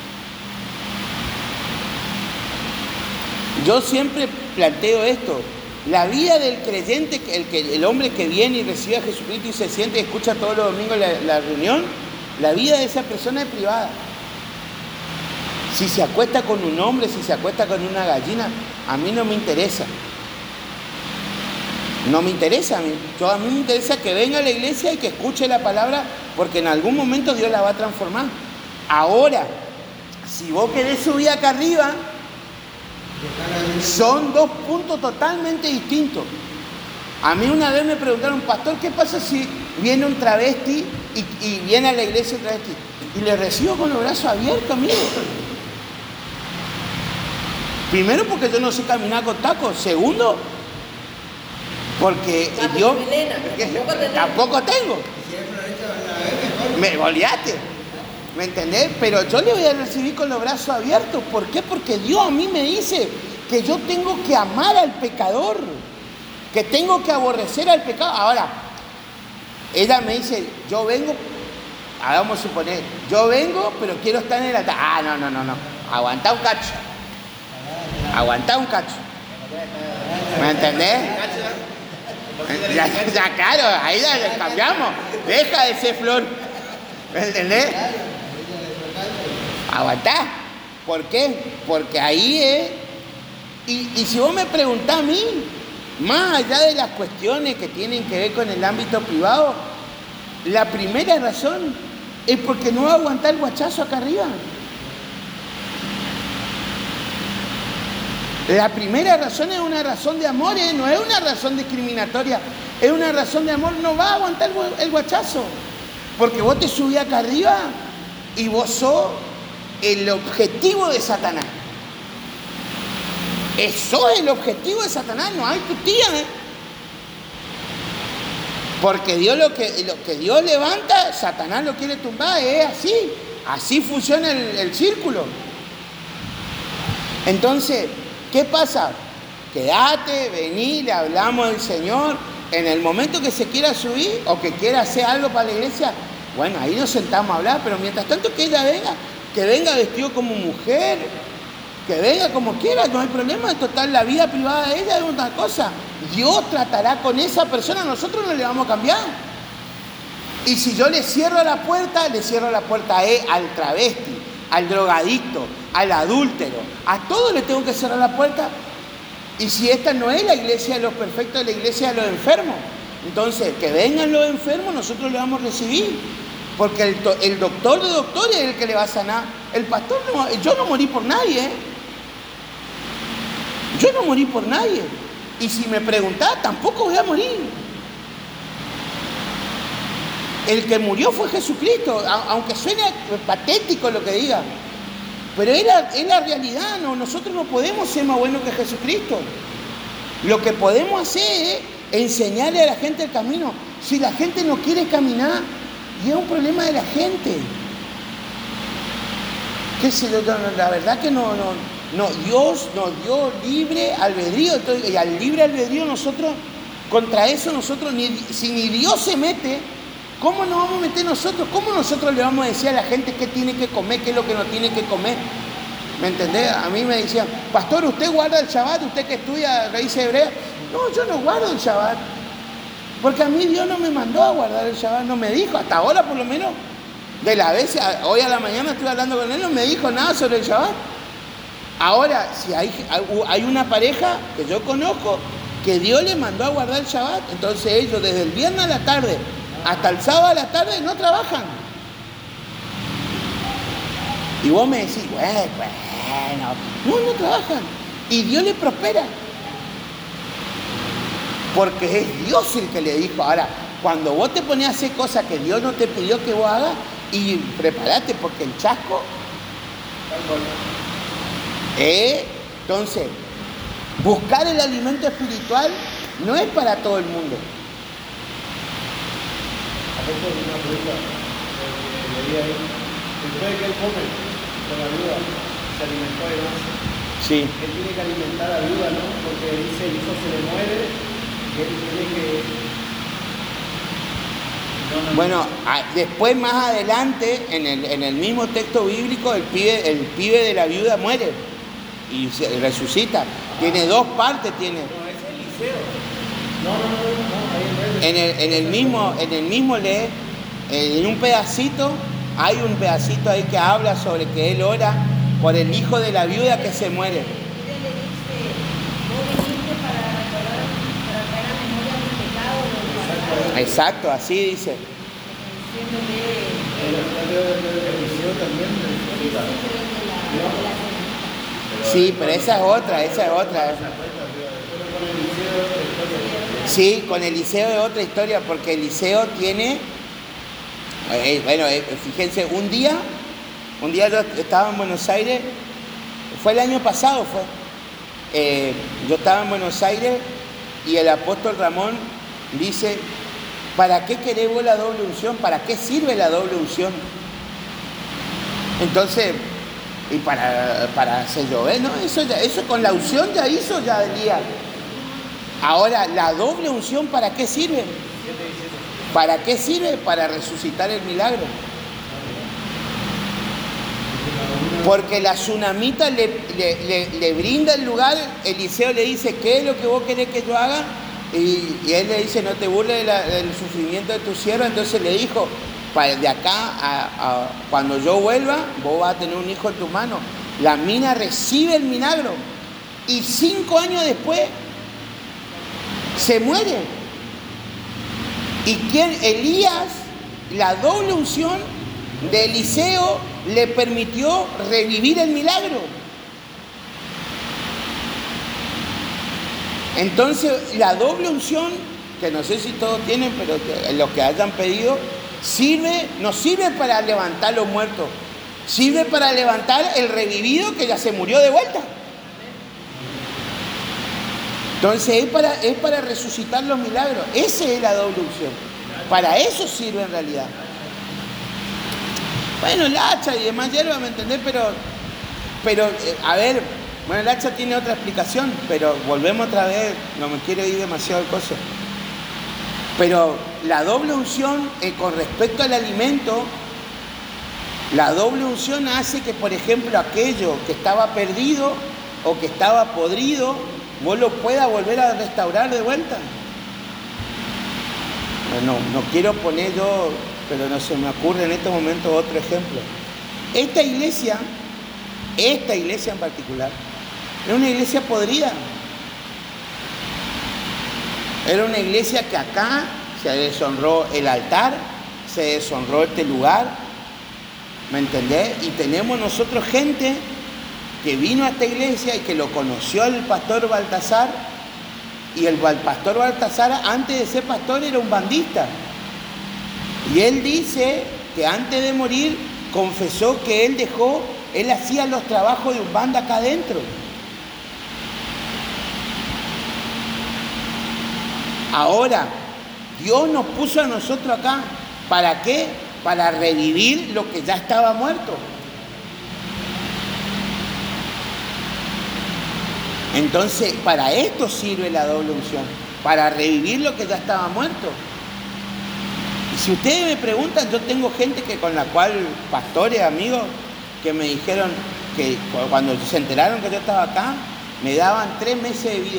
Yo siempre planteo esto, la vida del creyente, el, que, el hombre que viene y recibe a Jesucristo y se siente y escucha todos los domingos la, la reunión, la vida de esa persona es privada. Si se acuesta con un hombre, si se acuesta con una gallina, a mí no me interesa. No me interesa a mí. Yo, a mí me interesa que venga a la iglesia y que escuche la palabra, porque en algún momento Dios la va a transformar. Ahora, si vos querés subir acá arriba, son dos puntos totalmente distintos. A mí una vez me preguntaron, pastor, ¿qué pasa si viene un travesti y, y viene a la iglesia un travesti? Y le recibo con los brazos abiertos, amigo. Primero, porque yo no sé caminar con tacos. Segundo, porque Ah, Dios... Milena, tampoco tenés. Tampoco tengo. Me olvídate. ¿Me entendés? Pero yo le voy a recibir con los brazos abiertos. ¿Por qué? Porque Dios a mí me dice que yo tengo que amar al pecador. que tengo que aborrecer al pecado. Ahora, ella me dice, yo vengo, vamos a suponer, yo vengo, pero quiero estar en el altar. Ah, no, no, no, no, aguantá un cacho. Aguantá un cacho. ¿Me entendés? Ya, ya, claro, ahí ya le cambiamos. Deja de ser flor. ¿Me entendés? Aguantá. ¿Por qué? Porque ahí es... Y, y si vos me preguntás a mí, más allá de las cuestiones que tienen que ver con el ámbito privado, la primera razón es porque no va a aguantar el guachazo acá arriba. La primera razón es una razón de amor, ¿eh? No es una razón discriminatoria, es una razón de amor. No va a aguantar el guachazo, porque vos te subís acá arriba y vos sos el objetivo de Satanás. Eso es el objetivo de Satanás, no hay tu tía, ¿eh? Porque Dios lo que, lo que Dios levanta, Satanás lo quiere tumbar, es así, así funciona el, el círculo. Entonces, ¿qué pasa? Quédate, vení, le hablamos del Señor. En el momento que se quiera subir o que quiera hacer algo para la iglesia, bueno, ahí nos sentamos a hablar, pero mientras tanto que ella venga, que venga vestido como mujer, que venga como quiera, no hay problema. En total, la vida privada de ella es una cosa. Dios tratará con esa persona, nosotros no le vamos a cambiar. Y si yo le cierro la puerta, le cierro la puerta a él, al travesti, al drogadicto, al adúltero, a todos le tengo que cerrar la puerta. Y si esta no es la iglesia de los perfectos, es la iglesia de los enfermos, entonces que vengan los enfermos, nosotros le vamos a recibir, porque el, el doctor de doctores es el que le va a sanar. El pastor no, yo no morí por nadie, ¿eh? Yo no morí por nadie, y si me preguntás, tampoco voy a morir. El que murió fue Jesucristo, aunque suene patético lo que diga, pero es la, es la realidad. No, nosotros no podemos ser más buenos que Jesucristo. Lo que podemos hacer es enseñarle a la gente el camino. Si la gente no quiere caminar, y es un problema de la gente. Que si, la verdad que no, no, no, Dios nos dio libre albedrío, y al libre albedrío nosotros, contra eso nosotros, ni, si ni Dios se mete, ¿cómo nos vamos a meter nosotros? ¿Cómo nosotros le vamos a decir a la gente qué tiene que comer, qué es lo que no tiene que comer? ¿Me entendés? A mí me decían, pastor, ¿usted guarda el Shabbat? ¿Usted que estudia raíces hebreas? No, yo no guardo el Shabbat. Porque a mí Dios no me mandó a guardar el Shabbat, no me dijo, hasta ahora por lo menos, de la vez, hoy a la mañana estuve hablando con él, no me dijo nada sobre el Shabbat. Ahora, si hay, hay una pareja que yo conozco que Dios le mandó a guardar el Shabbat, entonces ellos desde el viernes a la tarde hasta el sábado a la tarde no trabajan. Y vos me decís, bueno, bueno, no, no trabajan. Y Dios les prospera. Porque es Dios el que le dijo. Ahora, cuando vos te pones a hacer cosas que Dios no te pidió que vos hagas, y prepárate porque el chasco... Eh, entonces, buscar el alimento espiritual no es para todo el mundo. Esto es una pregunta que leí ahí. Después de que él come con la viuda, se alimentó de más. Sí. Él tiene que alimentar a la viuda, ¿no? Porque dice, el hijo se le muere, y él tiene que... No, no, Bueno, a, después más adelante, en el, en el mismo texto bíblico, el pibe, el pibe de la viuda muere y se resucita. Ah. Tiene dos partes, tiene. No, es Eliseo. No, no, no, no, ahí no es. En el, en el mismo, en el mismo lee, en un pedacito, hay un pedacito ahí que habla sobre que él ora por el hijo de la viuda que se muere. Exacto, así dice. Sí, pero esa es otra, esa es otra. Sí, con Eliseo es otra historia, porque Eliseo tiene, eh, bueno, eh, fíjense, un día, un día yo estaba en Buenos Aires, fue el año pasado, fue, eh, yo estaba en Buenos Aires y el apóstol Ramón dice, ¿para qué querés vos la doble unción? ¿Para qué sirve la doble unción? Entonces, y para, para hacer llover, ¿no? Eso, ya, eso con la unción ya hizo ya Elías. Ahora, ¿la doble unción para qué sirve? ¿Para qué sirve? Para resucitar el milagro. Porque la tsunamita le, le, le, le brinda el lugar, Eliseo le dice, ¿qué es lo que vos querés que yo haga? Y, y él le dice, no te burles de la, del sufrimiento de tu sierva. Entonces le dijo, de acá a, a cuando yo vuelva, vos vas a tener un hijo en tu mano. La mina recibe el milagro y cinco años después se muere. ¿Y quién? Elías, la doble unción de Eliseo le permitió revivir el milagro. Entonces, la doble unción, que no sé si todos tienen, pero que, los que hayan pedido, sirve, no sirve para levantar los muertos, sirve para levantar el revivido que ya se murió de vuelta. Entonces, es para, es para resucitar los milagros. Esa es la doble unción. Para eso sirve en realidad. Bueno, el hacha y demás hierba, ¿me entendés? Pero, pero eh, a ver, bueno, el hacha tiene otra explicación, pero volvemos otra vez, no me quiero ir demasiado al coso. Pero la doble unción, eh, con respecto al alimento, la doble unción hace que, por ejemplo, aquello que estaba perdido o que estaba podrido, vos lo puedas volver a restaurar de vuelta. No, no quiero poner yo, pero no se me ocurre en este momento otro ejemplo. Esta iglesia, esta iglesia en particular, era una iglesia podrida. Era una iglesia que acá se deshonró el altar, se deshonró este lugar, ¿me entendés? Y tenemos nosotros gente que vino a esta iglesia y que lo conoció el pastor Baltasar. Y el pastor Baltasar, antes de ser pastor, era un bandista. Y él dice que antes de morir confesó que él dejó, él hacía los trabajos de un banda acá adentro. Ahora, Dios nos puso a nosotros acá. ¿Para qué? Para revivir lo que ya estaba muerto. Entonces, para esto sirve la doble unción, para revivir lo que ya estaba muerto. Y si ustedes me preguntan, yo tengo gente que con la cual, pastores, amigos, que me dijeron que cuando se enteraron que yo estaba acá, me daban tres meses de vida.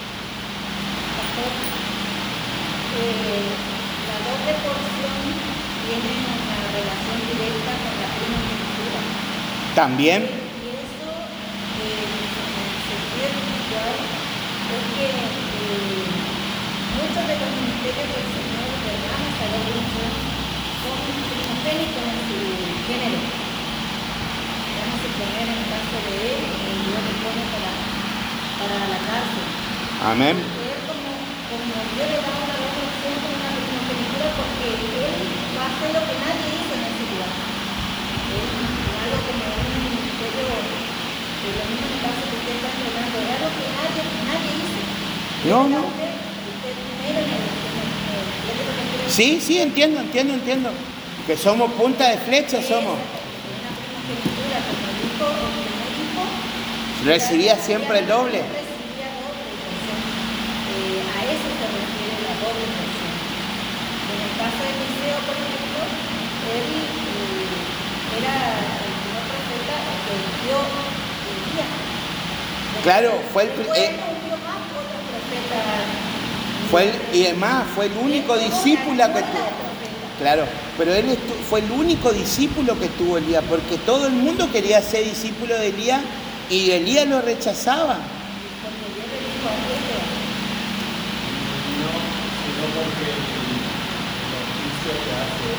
Eh, la doble porción tiene una relación directa con la primogenitura. También. Y eso, eh, en el sentido espiritual, es que eh, muchos de los ministerios del Señor que dan esa doble unción son primogénitos en su género. Vamos a suponer en el caso de él, que Dios le pone para, para la cárcel. Amén. Es como, como Dios le da una doble unción con una primogenitura porque él va a hacer lo que nadie hizo en ese lugar. Es algo como un ministerio, de lo mismo en el caso que usted está hablando, es algo que nadie, nadie hizo. No, no. Usted, usted primero en el, en el, Sí, sí, entiendo, entiendo, entiendo. Que somos punta de flecha, somos. una primogenitura, como el hijo, el primer hijo, Recibía siempre el doble. recibía doble porción. Eh, a eso se refiere la doble porción. En el caso de Eliseo, por ejemplo, él eh, era el primer profeta que dio Elías. Claro, fue el, Después eh, no hubo más otros profetas. fue el, y además fue el único discípulo que tuvo. Claro, pero él estu- fue el único discípulo que tuvo Elías, porque todo el mundo quería ser discípulo de Elías y Elías lo rechazaba. Porque Dios le dijo a Elías, No, sino porque el oficio que hace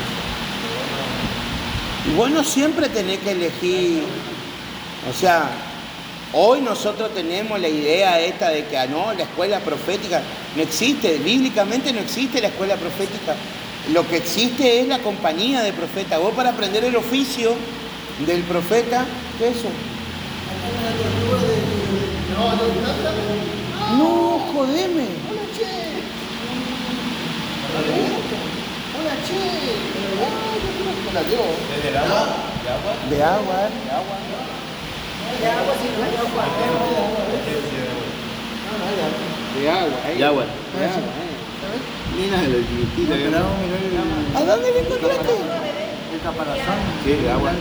es Y vos no siempre tenés que elegir, o sea, hoy nosotros tenemos la idea esta de que ah, no, la escuela profética no existe, bíblicamente no existe la escuela profética. Lo que existe es la compañía de profetas. Vos para aprender el oficio del profeta, ¿qué es eso? No, jodeme. Hola, che. Hola, che. Ah, yo creo que me la dio. ¿Desde el agua? ¿De agua? De agua. De agua, ¿no? De agua, sí, no hay agua. No, no hay agua. De agua, ahí. De agua. De agua, eh. Mira lo chiquitito que Pero vamos a mirar el, ¿A dónde lo encontraste? el caparazón. Sí, de agua.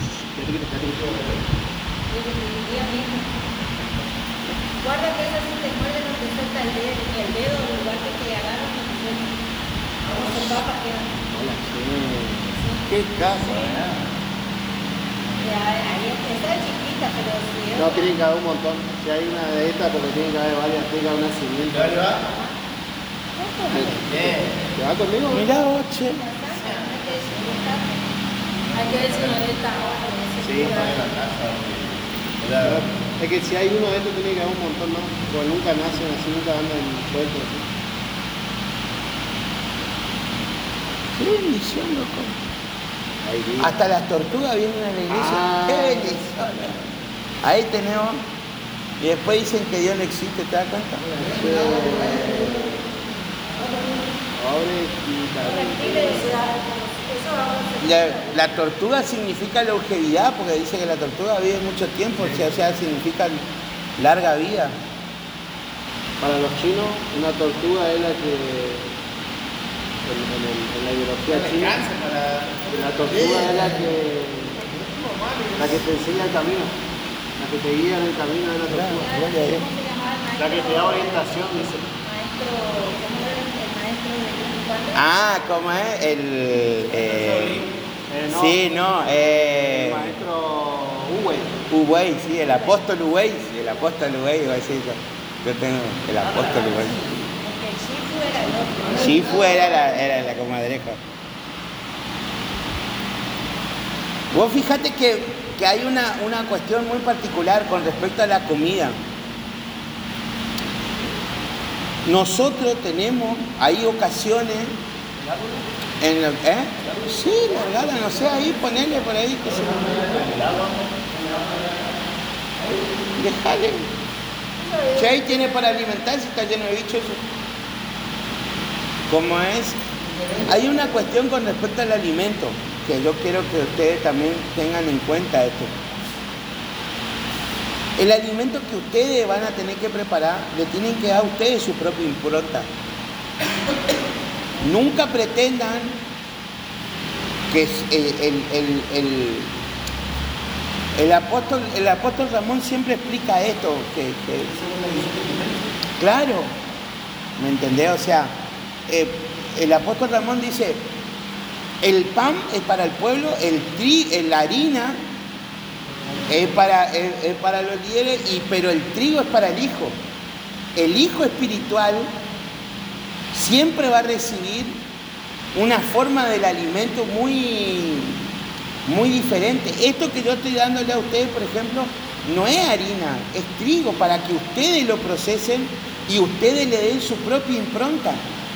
Guarda que eso sí te muerde, no te suelta el dedo, el dedo en lugar de que agarras y te suelta. Como se papa queda. Qué casa, ¿verdad? Ya, ahí está chiquita, pero si es. No, tienen que haber un montón. Si hay una de estas, porque tienen que haber varias, tiene que haber una simiente. ¿Ya le va? ¿Te Bien. va conmigo? Mirá, oche. Hay que ver si no está ahora. Sí, Está en la casa. Era- Es que si hay uno de estos, tiene que haber un montón, ¿no? Porque nunca nacen así, nunca andan sueltos. ¿Sí? Qué bendición, loco. Ahí vi. Hasta las tortugas vienen a la iglesia. Ah. Qué bendición. Ahí tenemos. Y después dicen que Dios no existe, ¿te das cuenta? Ahora La, la tortuga significa longevidad, porque dice que la tortuga vive mucho tiempo, o sea, o sea, significa larga vida. para los chinos, una tortuga es la que, en, en el- en la ideología china, Descansa para- la tortuga es la que, la que te enseña el camino, la que te guía en el camino de la Claro, tortuga. gloria a Dios. La que te da orientación, dice. Maestro, ¿cómo era el maestro de cuándo? Ah, ¿cómo es? El. eh, Eh, no, sí, no, eh. el maestro Uwei. Uwei, sí, el apóstol Uwei, sí, el apóstol Uwei, iba a decir yo. Yo tengo el apóstol Uwei. Porque el Shifu era el otro. Shifu era la, era la comadreja. Vos fíjate que, que hay una, una cuestión muy particular con respecto a la comida. Nosotros tenemos, hay ocasiones en la, ¿eh? Sí, largada, no sé, ahí ponerle por ahí que se Dejale. Si ahí tiene para alimentarse, está lleno de bichos. ¿Cómo es? Hay una cuestión con respecto al alimento, que yo quiero que ustedes también tengan en cuenta esto. El alimento que ustedes van a tener que preparar, le tienen que dar a ustedes su propia impronta. Nunca pretendan que es el, el, el, el, el apóstol, el apóstol Ramón siempre explica esto, que, que claro, ¿me entendés? O sea, eh, el apóstol Ramón dice, el pan es para el pueblo, el tri, la harina es para, es, es para los líderes, y, pero el trigo es para el hijo. El hijo espiritual siempre va a recibir una forma del alimento muy, muy diferente. Esto que yo estoy dándole a ustedes, por ejemplo, no es harina, es trigo, para que ustedes lo procesen y ustedes le den su propia impronta.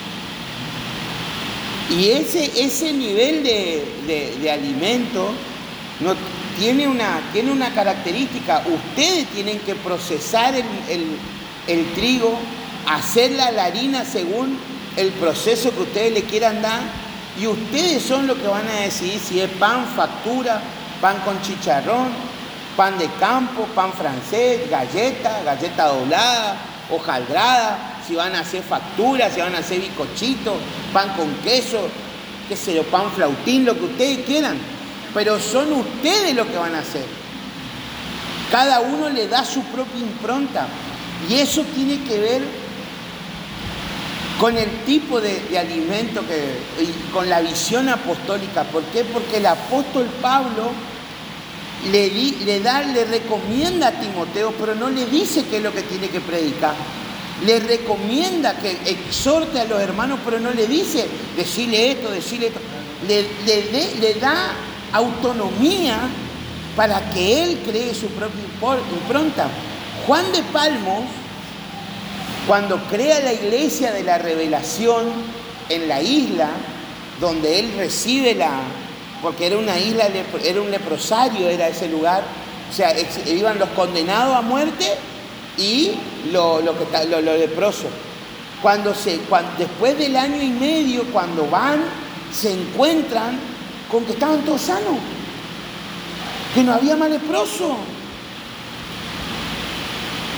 Y ese, ese nivel de, de, de alimento no, tiene, una, tiene una característica. Ustedes tienen que procesar el, el, el trigo, hacerla la harina según el proceso que ustedes le quieran dar, y ustedes son los que van a decidir si es pan factura, pan con chicharrón, pan de campo, pan francés, galleta, galleta doblada, hojaldrada, si van a hacer factura, si van a hacer bizcochito, pan con queso, qué sé yo, pan flautín, lo que ustedes quieran, pero son ustedes los que van a hacer. Cada uno le da su propia impronta, y eso tiene que ver con el tipo de, de alimento que, y con la visión apostólica. ¿Por qué? Porque el apóstol Pablo le, di, le da, le recomienda a Timoteo, pero no le dice qué es lo que tiene que predicar. Le recomienda que exhorte a los hermanos, pero no le dice decirle esto, decirle esto. Le, le, de, le da autonomía para que él cree su propia impronta. Juan de Palmos, cuando crea la iglesia de la revelación en la isla, donde él recibe la, porque era una isla, era un leprosario, era ese lugar, o sea, iban los condenados a muerte y los lo lo, lo, lo leprosos. Cuando se, cuando, después del año y medio, cuando van, se encuentran con que estaban todos sanos, que no había más leproso.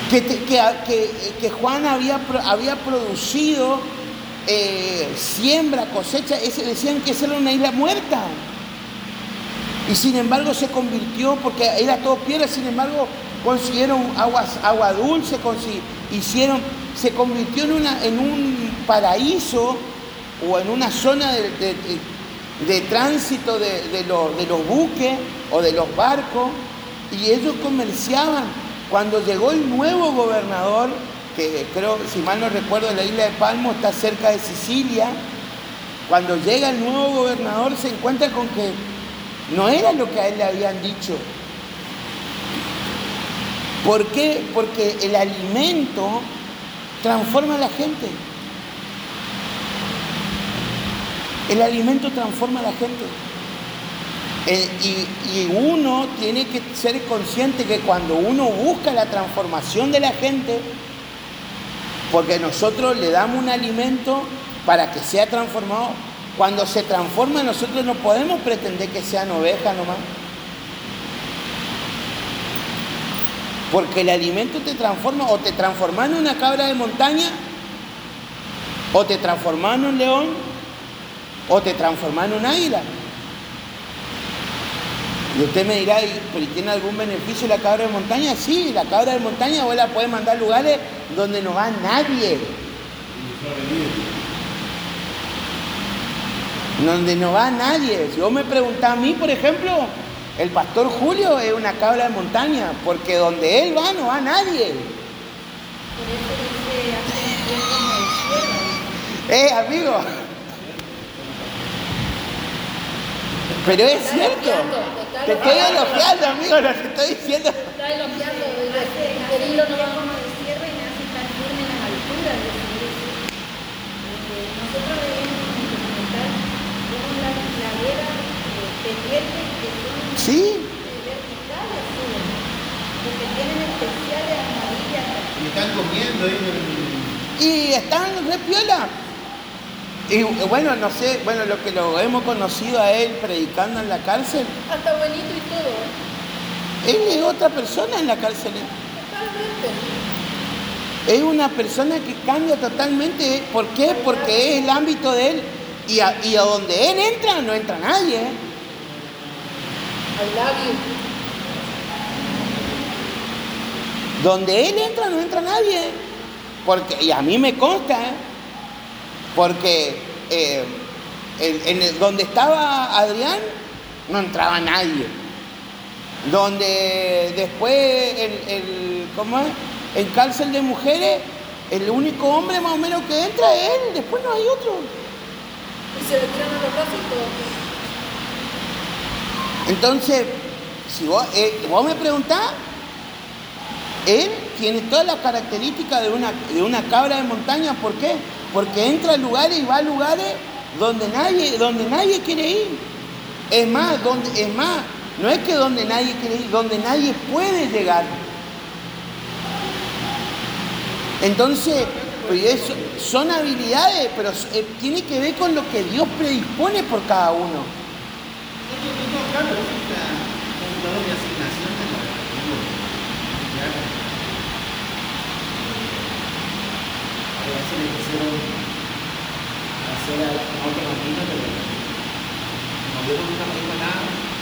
que, te- que, que, que Juan había, pro- había producido eh, siembra, cosecha, ese, decían que esa era una isla muerta. Y sin embargo se convirtió, porque era todo piedra, sin embargo consiguieron aguas, agua dulce, consi- hicieron, se convirtió en, una, en un paraíso o en una zona de, de- de- de tránsito de, de lo- de los buques o de los barcos, y ellos comerciaban. Cuando llegó el nuevo gobernador, que creo, si mal no recuerdo, la isla de Palmo está cerca de Sicilia, cuando llega el nuevo gobernador se encuentra con que no era lo que a él le habían dicho. ¿Por qué? Porque el alimento transforma a la gente. El alimento transforma a la gente. Eh, y, y uno tiene que ser consciente que cuando uno busca la transformación de la gente, porque nosotros le damos un alimento para que sea transformado, cuando se transforma nosotros no podemos pretender que sean ovejas nomás. Porque el alimento te transforma, o te transforma en una cabra de montaña, o te transforma en un león, o te transforma en un águila. Y usted me dirá, ¿y- pero tiene algún beneficio la cabra de montaña? Sí, la cabra de montaña vos la podés mandar a lugares donde no va nadie. Donde no va nadie. Si vos me preguntás a mí, por ejemplo, el pastor Julio es una cabra de montaña, porque donde él va no va nadie. Por eso dice, hace un tiempo como el cielo. Eh, amigo. Pero es cierto. Te estoy elogiando, amigo, lo que estoy diciendo. Está elogiando, Hace, el hace un hilo no tiempo va. como el cielo y me hace estar firme en las alturas. Dice, eh, nosotros debemos implementar como las laderas eh, pendientes que son Sí. eh, verticales, suben, porque tienen especiales amarillas. Y están comiendo ahí en el... Y están re piola. Y bueno, no sé, bueno, lo que lo hemos conocido a él predicando en la cárcel, Hasta bonito y todo, ¿eh? él es otra persona en la cárcel. ¿eh? Totalmente. Es una persona que cambia totalmente. ¿Por qué? Porque es el ámbito de él. Y a, y a donde él entra, no entra nadie. ¿eh? I love you. Donde él entra, no entra nadie. ¿eh? Porque, y a mí me consta, ¿eh? Porque eh, en, en el- donde estaba Adrián, no entraba nadie. Donde después, el, el, ¿cómo es? En cárcel de mujeres, el único hombre más o menos que entra es él, después no hay otro. Y se le tiran a los brazos y todo. Entonces, si vos, eh, vos me preguntás, él tiene todas las características de una, de una cabra de montaña. ¿Por qué? Porque entra a lugares y va a lugares donde nadie, donde nadie quiere ir. Es más, donde, es más, no es que donde nadie quiere ir, donde nadie puede llegar. Entonces, pues eso, son habilidades, pero eh, tiene que ver con lo que Dios predispone por cada uno. No, no, no, claro, es una computadora de asignación de la ya. A veces le quisieron hacer a otro camino, pero como yo nunca me dijo nada,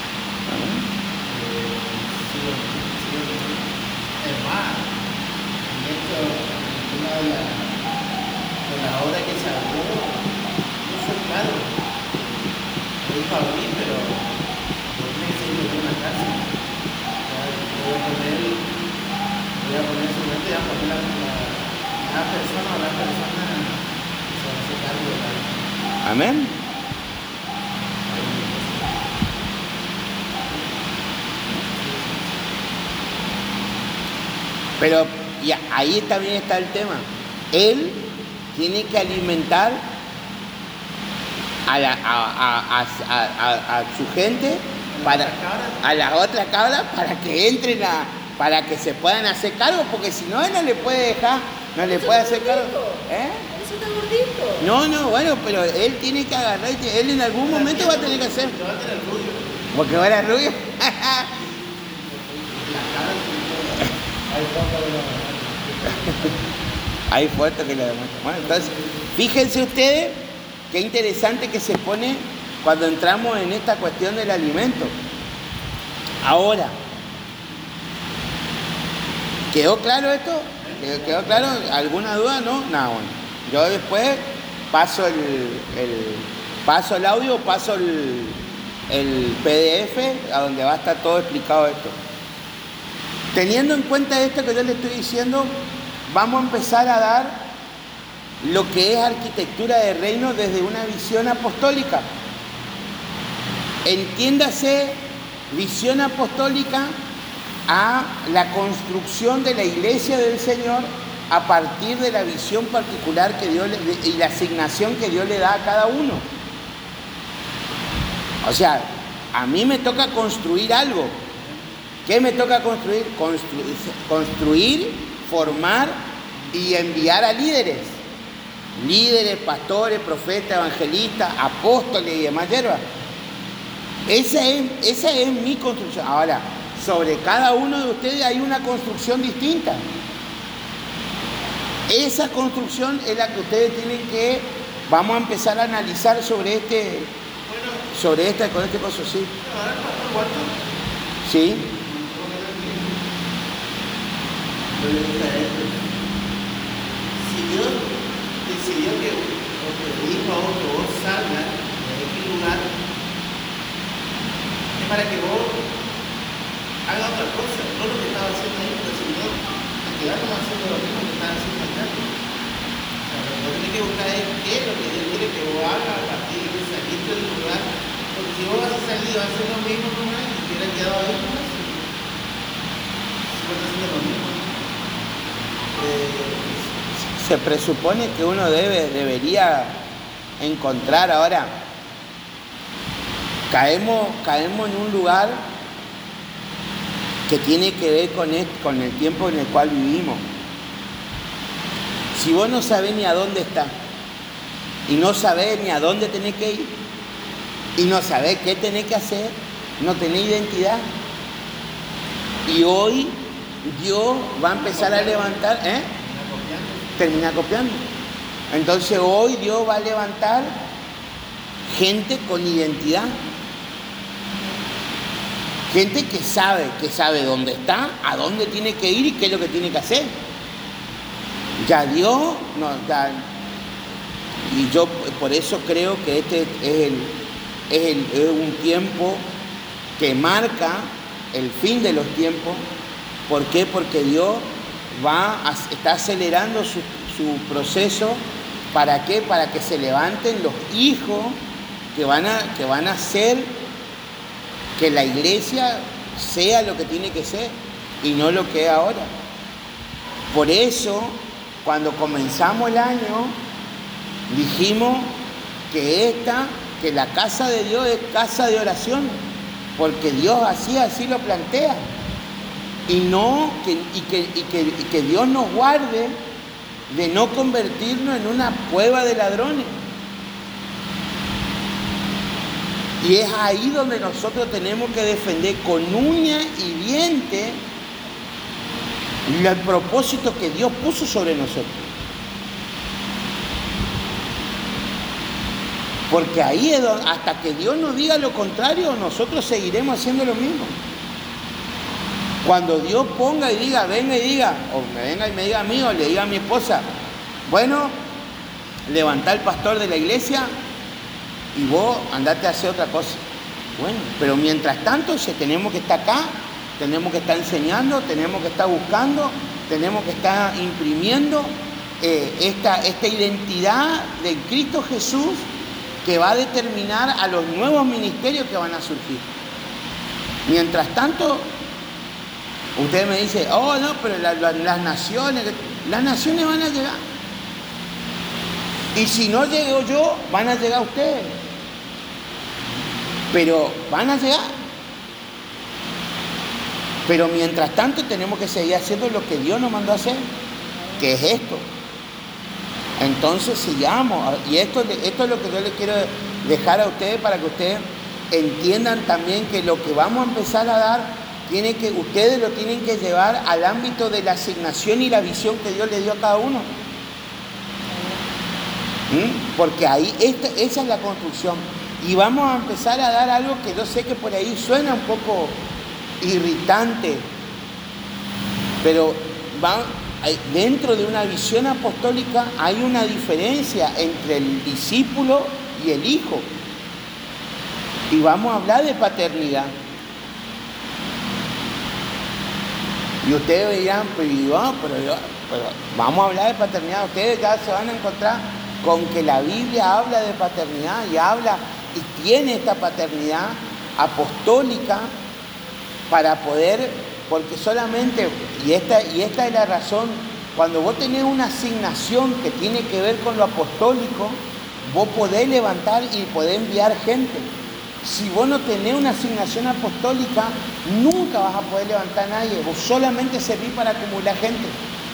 eh, sigo, sigo, es más, en esto, una de las de la obra que se habló, no fue claro. Me dijo a mí, pero no tiene que ser en una casa. Voy a poner, voy a poner su mente, voy a poner la, la, la persona o la persona que se va a hacer cargo de la. Amén. Pero y ahí también está el tema. Él tiene que alimentar a, la, a, a, a, a, a, a su gente, para, a las otras cabras, para que entren a, para que se puedan hacer cargo, porque si no, él no le puede dejar, no le puede hacer cargo. ¿Eh? Eso está gordito. No, no, bueno, pero él tiene que agarrar, y él en algún momento va a tener que hacer. Lo va a tener rubio. Porque ahora es rubio. La cara Hay poca de la- Hay fotos que lo demuestran. Bueno, entonces, fíjense ustedes qué interesante que se pone cuando entramos en esta cuestión del alimento. Ahora, ¿quedó claro esto? ¿Quedó, quedó claro? ¿Alguna duda? No, nada, bueno. Yo después paso el, el, paso el audio, paso el, el P D F a donde va a estar todo explicado esto. Teniendo en cuenta esto que yo le estoy diciendo, vamos a empezar a dar lo que es arquitectura de reino desde una visión apostólica. Entiéndase visión apostólica a la construcción de la iglesia del Señor a partir de la visión particular que Dios le, y la asignación que Dios le da a cada uno. O sea, a mí me toca construir algo. ¿Qué me toca construir? Construir, construir, formar y enviar a líderes. Líderes, pastores, profetas, evangelistas, apóstoles y demás hierbas. Esa es, esa es mi construcción. Ahora, sobre cada uno de ustedes hay una construcción distinta. Esa construcción es la que ustedes tienen que, vamos a empezar a analizar sobre este, sobre esta, con este coso, sí. Sí. Si Dios decidió que, o que dijo a vos que vos salgas de este lugar, es para que vos hagas otra cosa, no lo que estaba haciendo ahí, pero si no, te quedamos haciendo lo mismo que estaba haciendo acá. O sea, lo que tenés que buscar es qué es lo que Dios quiere que vos hagas a partir de salir del lugar, porque si vos vas a salir vas a hacer lo mismo nomás y te hubieras quedado ahí nomás, si vos estás haciendo lo mismo. Eh, Se presupone que uno debe, debería encontrar ahora. Caemos, caemos en un lugar que tiene que ver con el, con el tiempo en el cual vivimos. Si vos no sabés ni a dónde estás, y no sabés ni a dónde tenés que ir, y no sabés qué tenés que hacer, no tenés identidad. Y hoy Dios va a empezar a levantar, ¿eh? Termina copiando. Entonces hoy Dios va a levantar gente con identidad. Gente que sabe, que sabe dónde está, a dónde tiene que ir y qué es lo que tiene que hacer. Ya Dios nos da. Y yo por eso creo que este es, el, es, el, es un tiempo que marca el fin de los tiempos. ¿Por qué? Porque Dios va a, está acelerando su, su proceso. ¿Para qué? Para que se levanten los hijos que van a, que van a hacer que la iglesia sea lo que tiene que ser y no lo que es ahora. Por eso, cuando comenzamos el año, dijimos que esta, que la casa de Dios es casa de oración, porque Dios así, así lo plantea. Y, no, que, y, que, y, que, y que Dios nos guarde de no convertirnos en una cueva de ladrones. Y es ahí donde nosotros tenemos que defender con uña y diente el propósito que Dios puso sobre nosotros. Porque ahí es donde, hasta que Dios nos diga lo contrario, nosotros seguiremos haciendo lo mismo. Cuando Dios ponga y diga, venga y diga, o me venga y me diga a mí, o le diga a mi esposa, bueno, levantá al pastor de la iglesia y vos andate a hacer otra cosa. Bueno, pero mientras tanto, si tenemos que estar acá, tenemos que estar enseñando, tenemos que estar buscando, tenemos que estar imprimiendo eh, esta, esta identidad de Cristo Jesús que va a determinar a los nuevos ministerios que van a surgir. Mientras tanto, usted me dice, oh no, pero la, la, las naciones, las naciones van a llegar. Y si no llego yo, van a llegar ustedes. Pero van a llegar. Pero mientras tanto tenemos que seguir haciendo lo que Dios nos mandó a hacer, que es esto. Entonces sigamos. Y esto, esto es lo que yo les quiero dejar a ustedes para que ustedes entiendan también que lo que vamos a empezar a dar tiene que, ustedes lo tienen que llevar al ámbito de la asignación y la visión que Dios le dio a cada uno. ¿Mm? Porque ahí, esta, esa es la construcción. Y vamos a empezar a dar algo que yo sé que por ahí suena un poco irritante, pero va, dentro de una visión apostólica hay una diferencia entre el discípulo y el hijo. Y vamos a hablar de paternidad. Y ustedes dirán, pero, yo, pero, yo, pero vamos a hablar de paternidad. Ustedes ya se van a encontrar con que la Biblia habla de paternidad y habla y tiene esta paternidad apostólica para poder, porque solamente, y esta, y esta es la razón, cuando vos tenés una asignación que tiene que ver con lo apostólico, vos podés levantar y podés enviar gente. Si vos no tenés una asignación apostólica, nunca vas a poder levantar a nadie. Vos solamente servís para acumular gente.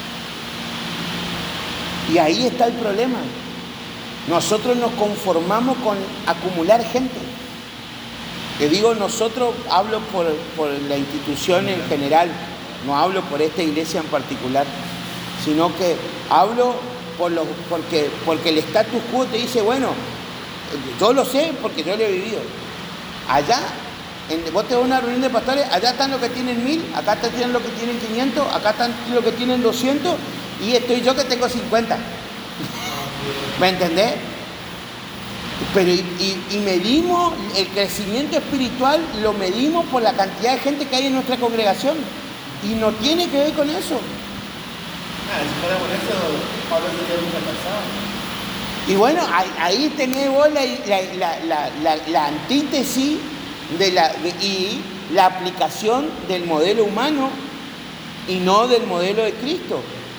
Y ahí está el problema. Nosotros nos conformamos con acumular gente. Te digo nosotros, hablo por, por la institución en general, no hablo por esta iglesia en particular, sino que hablo por lo, porque, porque el status quo te dice, bueno, yo lo sé porque yo lo he vivido. Allá, en, vos te vas a una reunión de pastores, allá están los que tienen mil, acá están los que tienen quinientos, acá están los que tienen doscientos, y estoy yo que tengo cincuenta. ¿Me entendés? Pero y, y, y medimos el crecimiento espiritual, lo medimos por la cantidad de gente que hay en nuestra congregación, y no tiene que ver con eso. Ah, si fuera por eso, Pablo sería mucha persona. Y bueno, ahí, ahí tenés vos la, la, la, la, la antítesis de la, de, y la aplicación del modelo humano y no del modelo de Cristo.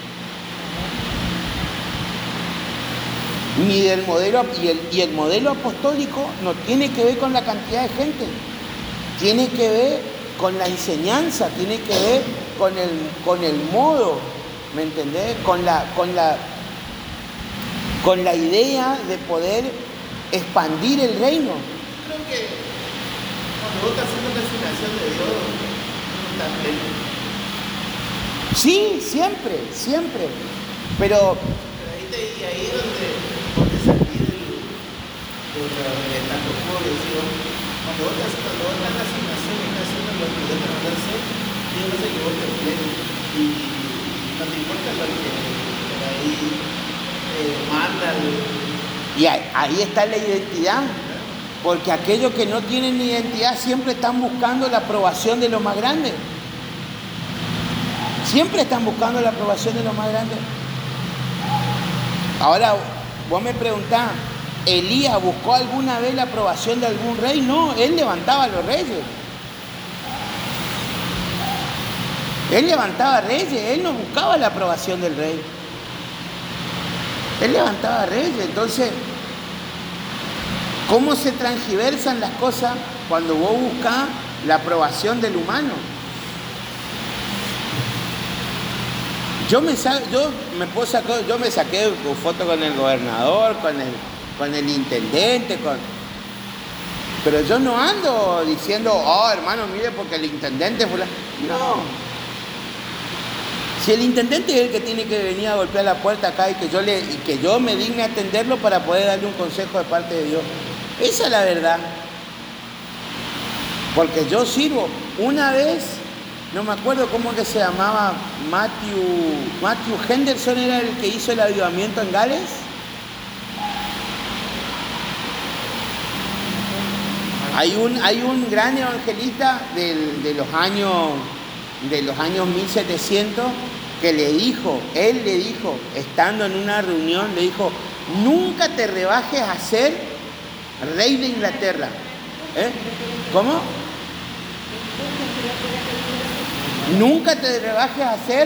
Ni del modelo, y el, y el modelo apostólico no tiene que ver con la cantidad de gente, tiene que ver con la enseñanza, tiene que ver con el, con el modo, ¿me entendés? Con la, con la con la idea de poder expandir el reino. Creo que cuando vos estás haciendo una asignación de Dios, no estás pleno. Sí, siempre, siempre. Pero, Pero ahí, te, y ahí es donde vos te salís del, del, del tanto quo, decís, cuando vos estás cuando vos estás en la asignación y estás haciendo lo que Dios te manda a hacer, Dios hace que vos te pleno. Y no te importa lo que por ahí eh, manda. Y ahí, ahí está la identidad. Porque aquellos que no tienen identidad siempre están buscando la aprobación de los más grandes. Siempre están buscando la aprobación de los más grandes. Ahora, vos me preguntás, ¿Elías buscó alguna vez la aprobación de algún rey? No, él levantaba a los reyes. Él levantaba reyes, él no buscaba la aprobación del rey. Él levantaba reyes. Entonces, ¿cómo se transgiversan las cosas cuando vos buscás la aprobación del humano? Yo me, yo me, puedo sacar, yo me saqué fotos con el gobernador, con el, con el intendente, con... pero yo no ando diciendo, oh hermano, mire porque el intendente fue la... No. Si el intendente es el que tiene que venir a golpear la puerta acá y que yo, le, y que yo me digne a atenderlo para poder darle un consejo de parte de Dios. Esa es la verdad. Porque yo sirvo. Una vez, no me acuerdo cómo que se llamaba, Matthew, Matthew Henderson era el que hizo el avivamiento en Gales. Hay un, hay un gran evangelista del, de los años de los años mil setecientos que le dijo, él le dijo, estando en una reunión, le dijo, nunca te rebajes a ser rey de Inglaterra. ¿Eh? ¿Cómo? Nunca te rebajes a ser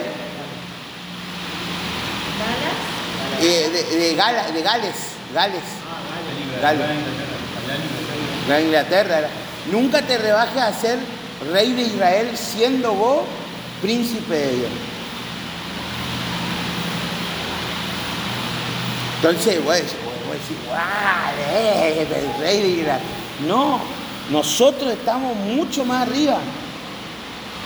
eh, de, de, Gala, de Gales, Gales, Gales, la Inglaterra. Era. Nunca te rebajes a ser rey de Israel siendo vos príncipe de Dios. Entonces, vos decís, ¡guau! El rey de Israel. No, nosotros estamos mucho más arriba.